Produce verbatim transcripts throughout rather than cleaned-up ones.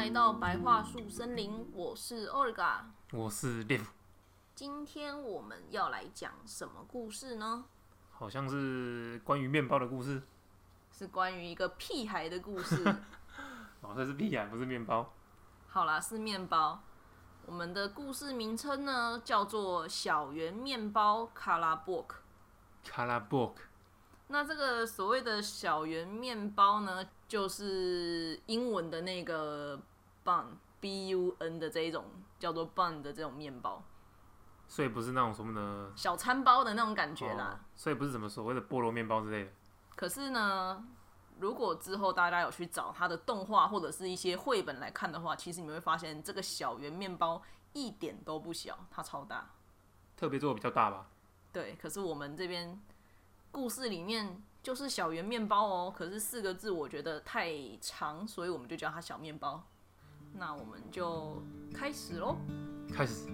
来到白桦树森林，我是 Olga， 我是 Liv。 今天我们要来讲什么故事呢？ 好像是关于面包的故事， 是关于一个屁孩的故事。 哦，这是屁孩，不是面包。 好啦，是面包。我们的故事名称呢，叫做小圆面包卡拉博克。 卡拉博克。 那这个所谓的小圆面包呢，就是英文的那个 bun，b u n 的这一种叫做 bun 的这种面包。 所以不是那种什么的小餐包的那种感觉啦。 哦、所以不是什么所谓的菠萝面包之类的。 可是呢，如果之后大家有去找它的动画或者是一些绘本来看的话，其实你会发现这个小圆面包一点都不小，它超大。 特别做的比较大吧？ 对，可是我们这边故事里面就是小圆面包哦，可是四个字我觉得太长，所以我们就叫它小面包。那我们就开始咯。 开始。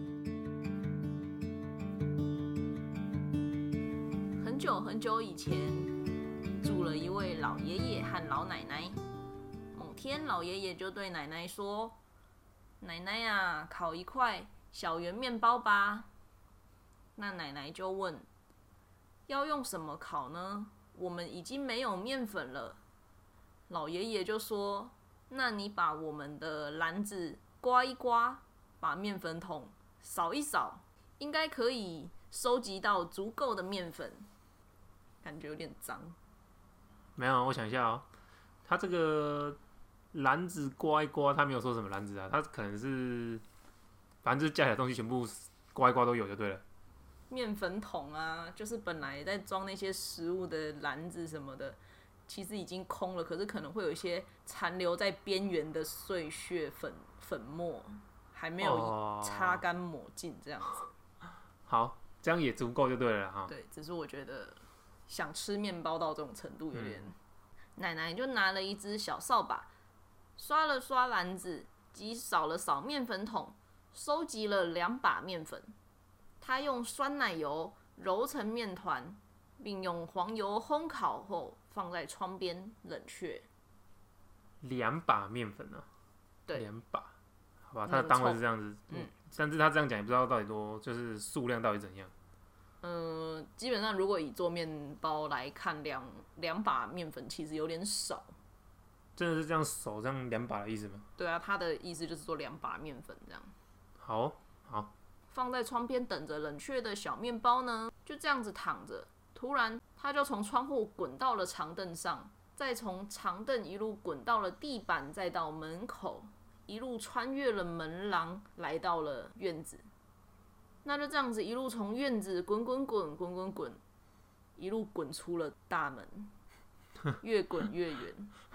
很久很久以前，住了一位老爷爷和老奶奶。某天，老爷爷就对奶奶说：“奶奶啊，烤一块小圆面包吧。”那奶奶就问：“要用什么烤呢？我们已经没有面粉了。”老爷爷就说：“那你把我们的篮子刮一刮，把面粉桶扫一扫，应该可以收集到足够的面粉。”感觉有点脏。 没有，我想一下哦。他这个篮子刮一刮，他没有说什么篮子啊，他可能是反正就是加起来的东西全部刮一刮都有就对了。 面粉桶啊，就是本来在装那些食物的篮子什么的，其实已经空了，可是可能会有一些残留在边缘的碎屑粉粉末，还没有擦干抹净这样子。 哦、好，这样也足够就对了哈。 对，只是我觉得想吃面包到这种程度有点。嗯、奶奶就拿了一只小扫把，刷了刷篮子，及扫了扫面粉桶，收集了两把面粉。他用酸奶油揉成面团，并用黄油烘烤后放在窗边冷却。 两把面粉啊？ 对， 两把，好吧，它的单位是这样子。嗯，但是他这样讲也不知道到底多，就是数量到底怎样。 嗯，基本上如果以做面包来看，两两把面粉其实有点少。 真的是这样手这样两把的意思吗？ 对啊，他的意思就是说两把面粉这样。 好，好。 放在窗边等着冷却的小面包呢，就这样子躺着。突然，他就从窗户滚到了长凳上，再从长凳一路滚到了地板，再到门口，一路穿越了门廊，来到了院子。那就这样子一路从院子滚滚滚滚滚滚，一路滚出了大门，越滚越远。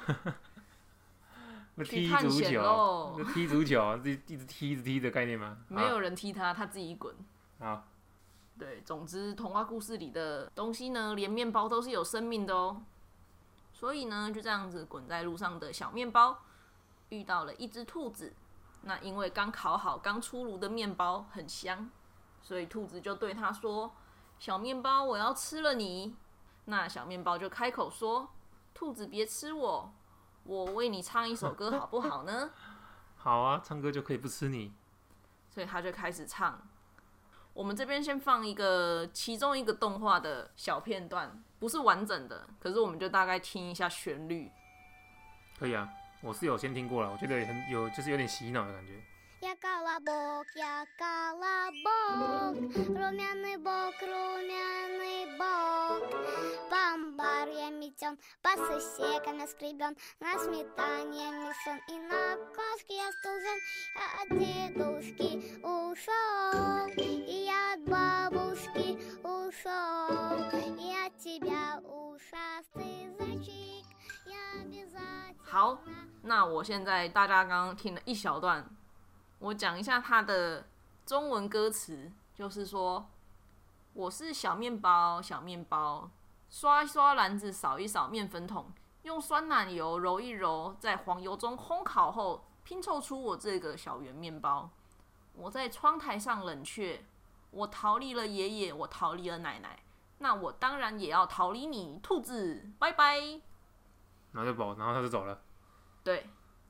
踢足球，踢足球，一直踢一直踢的概念吗？ 没有人踢他，他自己滚。 好， 对，总之童话故事里的东西呢，连面包都是有生命的哦。所以呢，就这样子滚在路上的小面包遇到了一只兔子。那因为刚烤好、刚出炉的面包很香，所以兔子就对他说：“小面包，我要吃了你。”那小面包就开口说：“兔子别吃我。我为你唱一首歌好不好呢？” 好啊，唱歌就可以不吃你。 所以他就开始唱。我们这边先放一个其中一个动画的小片段，不是完整的，可是我们就大概听一下旋律。 可以啊，我是有先听过了，我觉得很有，就是有点洗脑的感觉。 Я колобок, я колобок, румяный бок, румяный бок. По амбару я метен, по сусекам я скребен, на сметане мешен и на кашке я стужен. Я от дедушки ушел, и я от бабушки ушел, и от тебя, ушастый зайчик, я обязательно... 好，那我现在大家刚刚听了一小段。我讲一下它的中文歌词，就是说：我是小面包，小面包，刷一刷篮子，扫一扫面粉桶，用酸奶油揉一揉，在黄油中烘烤后，拼凑出我这个小圆面包。我在窗台上冷却，我逃离了爷爷，我逃离了奶奶，那我当然也要逃离你，兔子，拜拜。 然后就走，然后他就走了。 对。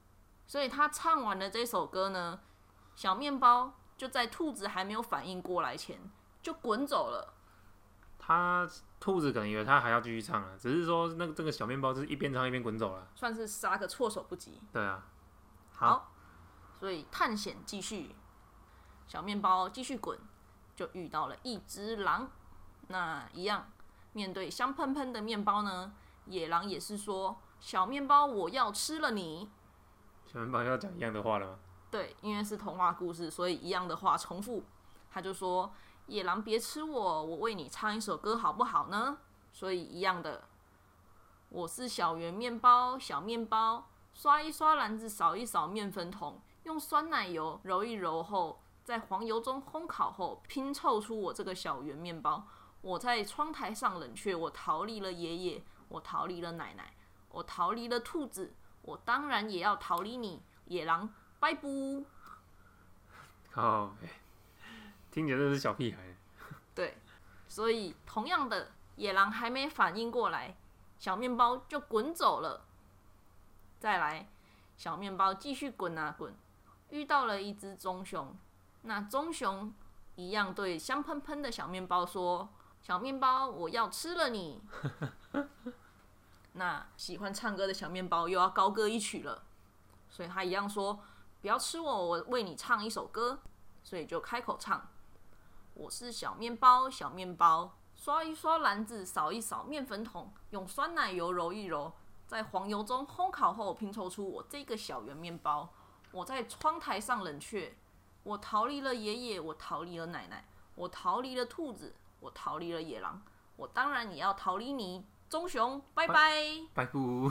所以他唱完了这首歌呢，小面包就在兔子还没有反应过来前就滚走了。 他兔子可能以为他还要继续唱了，只是说那个这个小面包就是一边唱一边滚走了， 算是杀个措手不及。 对啊， 好，所以探险继续，小面包继续滚，就遇到了一只狼。那一样，面对香喷喷的面包呢，野狼也是说：“小面包，我要吃了你。” 小面包要讲一样的话了吗？ 对，因为是童话故事，所以一样的话重复。他就说：“野狼别吃我，我为你唱一首歌好不好呢？”所以一样的，我是小圆面包，小面包，刷一刷篮子，扫一扫面粉桶，用酸奶油揉一揉后，在黄油中烘烤后，拼凑出我这个小圆面包。我在窗台上冷却，我逃离了爷爷，我逃离了奶奶，我逃离了兔子，我当然也要逃离你，野狼，拜拜。 靠北，听起来真是小屁孩。 对，所以同样的，野狼还没反应过来，小面包就滚走了。再来，小面包继续滚啊滚，遇到了一只棕熊。那棕熊一样对香喷喷的小面包说：“小面包，我要吃了你。”那喜欢唱歌的小面包又要高歌一曲了，所以他一样说：“不要吃我，我为你唱一首歌。”所以就开口唱。我是小面包，小面包，刷一刷篮子，扫一扫面粉桶，用酸奶油揉一揉，在黄油中烘烤后拼凑出我这个小圆面包。我在窗台上冷却，我逃离了爷爷，我逃离了奶奶，我逃离了兔子，我逃离了野狼，我当然也要逃离你，棕熊，拜拜。 拜不，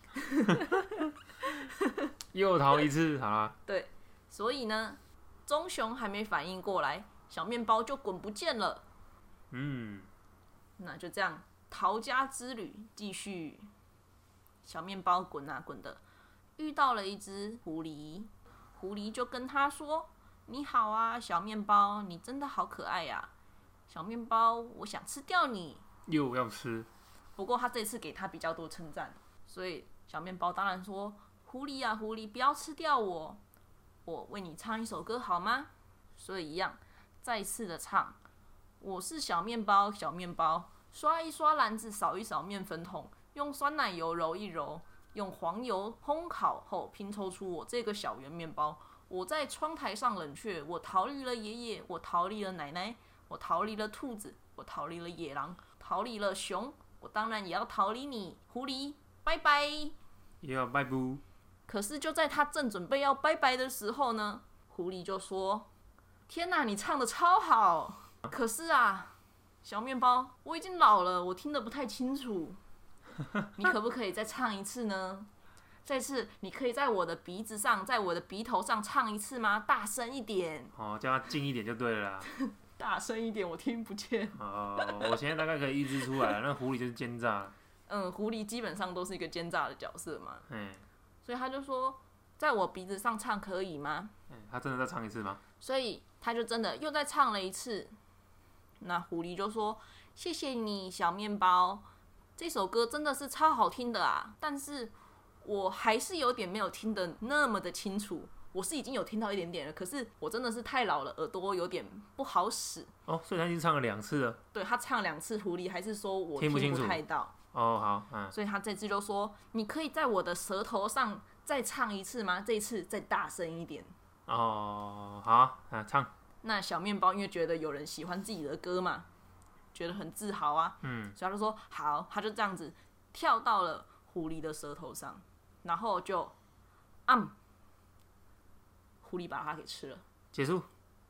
又逃一次，好啦。 对，所以呢，棕熊还没反应过来，小面包就滚不见了。 嗯， 那就这样，逃家之旅继续。小面包滚啊滚的，遇到了一只狐狸，狐狸就跟他说：“你好啊，小面包，你真的好可爱呀、啊！小面包，我想吃掉你。” 又要吃。 不过他这次给他比较多称赞，所以小面包当然说：“狐狸啊，狐狸，不要吃掉我，我为你唱一首歌好吗？”所以一样，再次的唱。我是小面包，小面包，刷一刷篮子，扫一扫面粉桶，用酸奶油揉一揉，用黄油烘烤后拼凑出我这个小圆面包。我在窗台上冷却，我逃离了爷爷，我逃离了奶奶，我逃离了兔子，我逃离了野狼，逃离了熊，我当然也要逃离你，狐狸，拜拜。 也要拜不。 可是就在他正准备要拜拜的时候呢，狐狸就说：“天哪，你唱得超好！可是啊，小面包，我已经老了，我听得不太清楚。你可不可以再唱一次呢？这次你可以在我的鼻子上，在我的鼻头上唱一次吗？大声一点。” 哦，叫他近一点就对了啦。 大声一点，我听不见。 哦，我现在大概可以预知出来了，那狐狸就是奸诈。 嗯，狐狸基本上都是一个奸诈的角色嘛。 嗯。 所以他就说，在我鼻子上唱可以吗？ 嗯，他真的再唱一次吗？ 所以他就真的又再唱了一次。那狐狸就说：“谢谢你，小面包，这首歌真的是超好听的啊！但是我还是有点没有听得那么的清楚。我是已经有听到一点点了，可是我真的是太老了，耳朵有点不好使。” 哦，所以他已经唱了两次了。 对，他唱两次，狐狸还是说我听不清楚太到。 哦，好，嗯。 所以他这次就说：“你可以在我的舌头上再唱一次吗？这一次再大声一点。” 哦，好啊，啊，唱。 那小面包因为觉得有人喜欢自己的歌嘛，觉得很自豪啊， 嗯， 所以他就说好，他就这样子跳到了狐狸的舌头上，然后就，嗯，狐狸把它给吃了， 结束。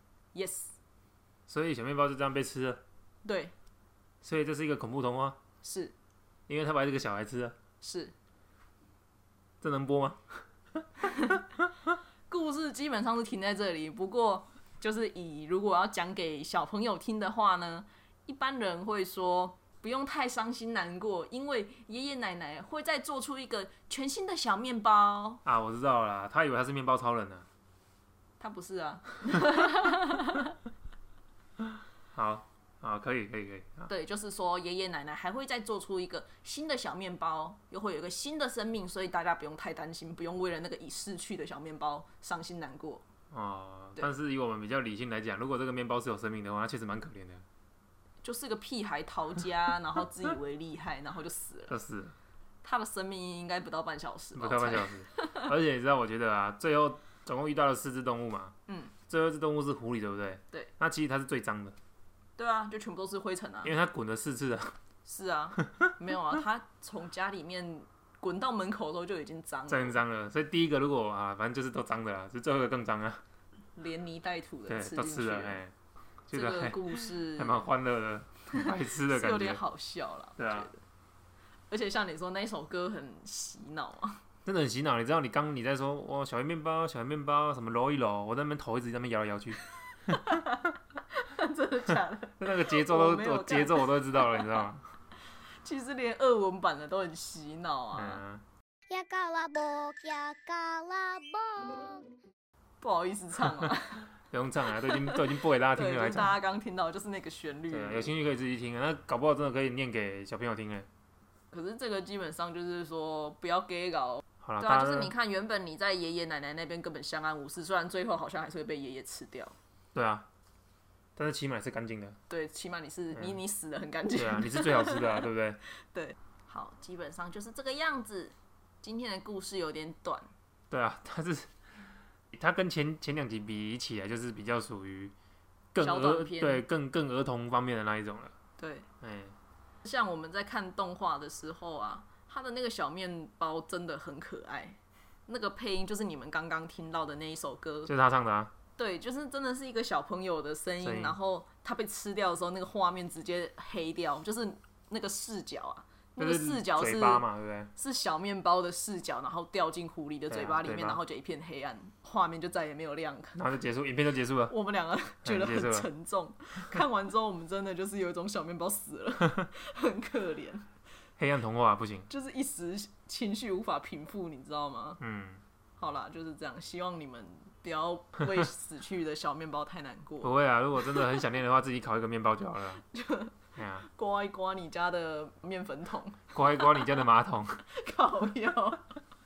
Yes。 所以小面包就这样被吃了。 对。 所以这是一个恐怖童话。 是。 因为他把这个小孩吃了。 是。 这能播吗？ 故事基本上是停在这里，不过就是以如果要讲给小朋友听的话呢，一般人会说不用太伤心难过，因为爷爷奶奶会再做出一个全新的小面包啊。我知道了啦，他以为他是面包超人呢。 他不是啊。 好， 啊，可以可以可以。啊、 对，就是说爷爷奶奶还会再做出一个新的小面包，又会有一个新的生命，所以大家不用太担心，不用为了那个已逝去的小面包伤心难过。 哦，但是以我们比较理性来讲，如果这个面包是有生命的话，它确实蛮可怜的。 就是个屁孩逃家，然后自以为厉害，然后就死了。 就死了。 他的生命应该不到半小时吧？ 不到半小时。而且你知道，我觉得啊，最后总共遇到了四只动物嘛。嗯。最后一只动物是狐狸，对不对？ 对。 那其实它是最脏的。 对啊，就全部都是灰尘啊。 因为它滚了四次了。 是啊，没有啊，它从家里面滚到门口的时候就已经脏了。 真脏了，所以第一个如果啊，反正就是都脏的啦，就最后一个更脏啊。 连泥带土的吃进去了。对，都吃了，哎。 这个故事还蛮欢乐的，白痴的感觉， 是有点好笑啦。 对啊， 而且像你说那一首歌很洗脑啊， 真的很洗脑。你知道你刚你在说哇小圆面包小圆面包什么揉一揉，我在那边头一直在那边摇来摇去。 真的假的？ 那个节奏都我节奏我都知道了，你知道吗？ 其实连俄文版的都很洗脑啊。嗯呀嘎啦啵呀嘎啦啵， 不好意思唱啊。 不用唱啊，都已经都已经播给大家听了，还唱。 大家刚听到就是那个旋律。 对啊，有兴趣可以自己听啊。那搞不好真的可以念给小朋友听哎。 可是这个基本上就是说不要给搞。 好了， 对啊，就是你看原本你在爷爷奶奶那边根本相安无事，虽然最后好像还是会被爷爷吃掉。 对啊，但是起码是干净的。 对，起码你是、嗯、你你死得很干净。 对啊，你是最好吃的啊，对不对？ 对，好，基本上就是这个样子。今天的故事有点短。 对啊，它是。它跟前前两集比起来，就是比较属于更儿对更更儿童方面的那一种了。 对， 哎、欸， 像我们在看动画的时候啊，它的那个小面包真的很可爱。那个配音就是你们刚刚听到的那一首歌， 就是他唱的啊。 对，就是真的是一个小朋友的声音，然后他被吃掉的时候，那个画面直接黑掉，就是那个视角啊。那个视角是嘴巴嘛，对不对？ 是小面包的视角，然后掉进狐狸的嘴巴里面， 啊、 然后就一片黑暗，画面就再也没有亮。 然后就结束，影片就结束了。 我们两个觉得很沉重，看完之后我们真的就是有一种小面包死了，很可怜。 黑暗童话不行， 就是一时情绪无法平复，你知道吗？ 嗯， 好啦，就是这样。希望你们不要为死去的小面包太难过。 不会啊，如果真的很想念的话，自己烤一个面包就好了。 啊、刮一刮你家的面粉桶， 刮一刮你家的马桶， 靠腰。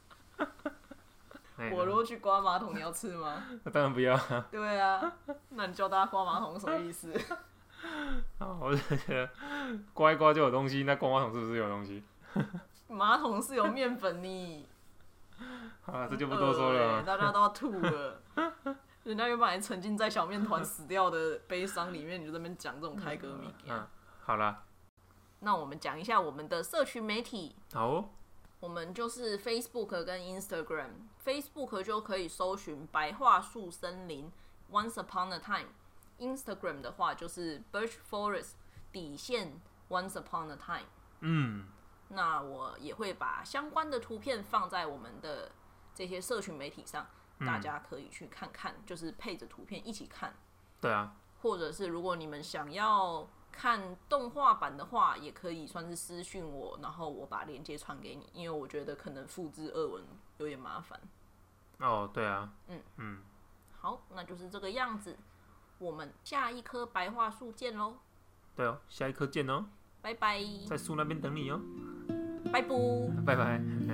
我如果去刮马桶，你要吃吗？ 那当然不要。 对啊，那你教大家刮马桶什么意思？ 啊，我就觉得刮一刮就有东西，那刮马桶是不是有东西？ 马桶是有面粉呢。 好了，这就不多说了、 欸。大家都要吐了。人家原本还沉浸在小面团死掉的悲伤里面，你就在那边讲这种泰戈米。 嗯，好啦， 那我们讲一下我们的社群媒体。 好、哦， 我们就是 Facebook 跟 Instagram。Facebook 就可以搜寻白桦树森林 Once Upon a Time。Instagram 的话就是 Birch Forest 底线 Once Upon a Time。 嗯， 那我也会把相关的图片放在我们的这些社群媒体上。大家可以去看看，就是配着图片一起看。 对啊， 或者是如果你们想要看动画版的话，也可以算是私讯我，然后我把链接传给你，因为我觉得可能复制俄文有点麻烦。 哦，对啊， 嗯嗯， 好，那就是这个样子。我们下一棵白桦树见喽！ 对哦，下一棵见哦！ 拜拜， 在树那边等你哦！ 拜拜， 拜拜。